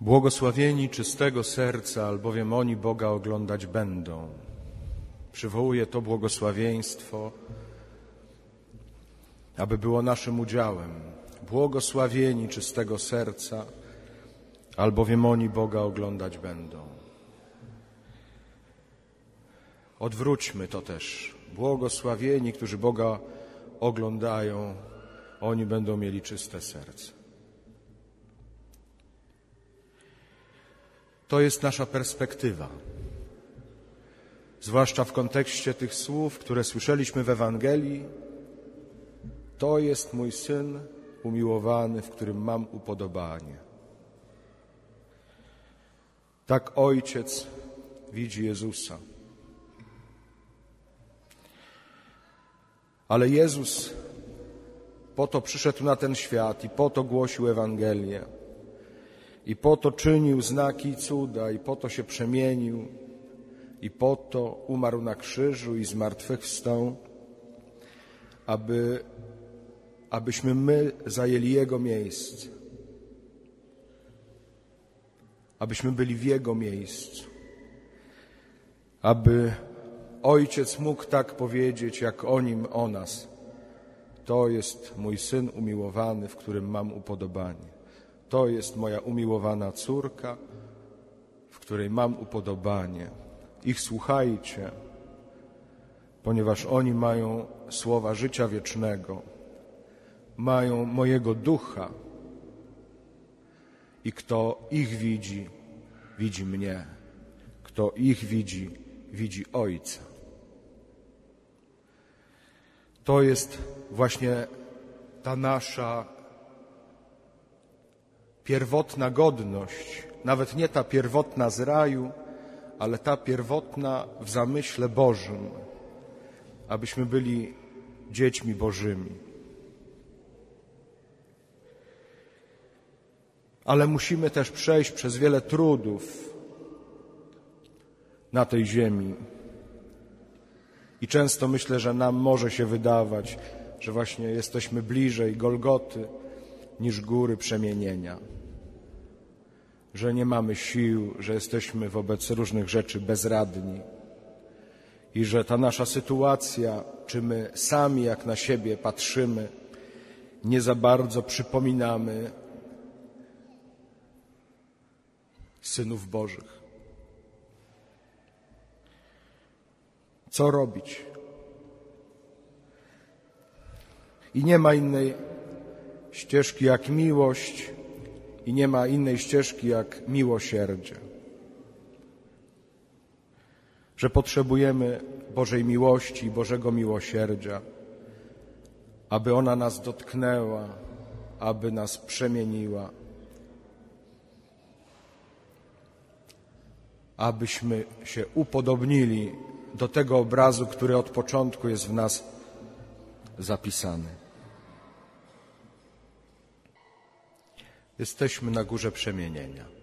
Błogosławieni czystego serca, albowiem oni Boga oglądać będą. Przywołuję to błogosławieństwo, aby było naszym udziałem. Błogosławieni czystego serca, albowiem oni Boga oglądać będą. Odwróćmy to też. Błogosławieni, którzy Boga oglądają, oni będą mieli czyste serce. To jest nasza perspektywa, zwłaszcza w kontekście tych słów, które słyszeliśmy w Ewangelii. To jest mój Syn umiłowany, w którym mam upodobanie. Tak Ojciec widzi Jezusa. Ale Jezus po to przyszedł na ten świat i po to głosił Ewangelię. I po to czynił znaki i cuda, i po to się przemienił, i po to umarł na krzyżu i zmartwychwstał, abyśmy my zajęli Jego miejsce, abyśmy byli w Jego miejscu, aby Ojciec mógł tak powiedzieć, jak o Nim, o nas. To jest mój Syn umiłowany, w którym mam upodobanie. To jest moja umiłowana córka, w której mam upodobanie. Ich słuchajcie, ponieważ oni mają słowa życia wiecznego, mają mojego ducha i kto ich widzi, widzi mnie. Kto ich widzi, widzi Ojca. To jest właśnie ta nasza pierwotna godność, nawet nie ta pierwotna z raju, ale ta pierwotna w zamyśle Bożym, abyśmy byli dziećmi Bożymi. Ale musimy też przejść przez wiele trudów na tej ziemi. I często myślę, że nam może się wydawać, że właśnie jesteśmy bliżej Golgoty niż góry przemienienia. Że nie mamy sił, że jesteśmy wobec różnych rzeczy bezradni i że ta nasza sytuacja, czy my sami jak na siebie patrzymy, nie za bardzo przypominamy synów Bożych. Co robić? I nie ma innej ścieżki jak miłość i nie ma innej ścieżki jak miłosierdzie. Że potrzebujemy Bożej miłości i Bożego miłosierdzia, aby ona nas dotknęła, aby nas przemieniła, abyśmy się upodobnili do tego obrazu, który od początku jest w nas zapisany. Jesteśmy na górze przemienienia.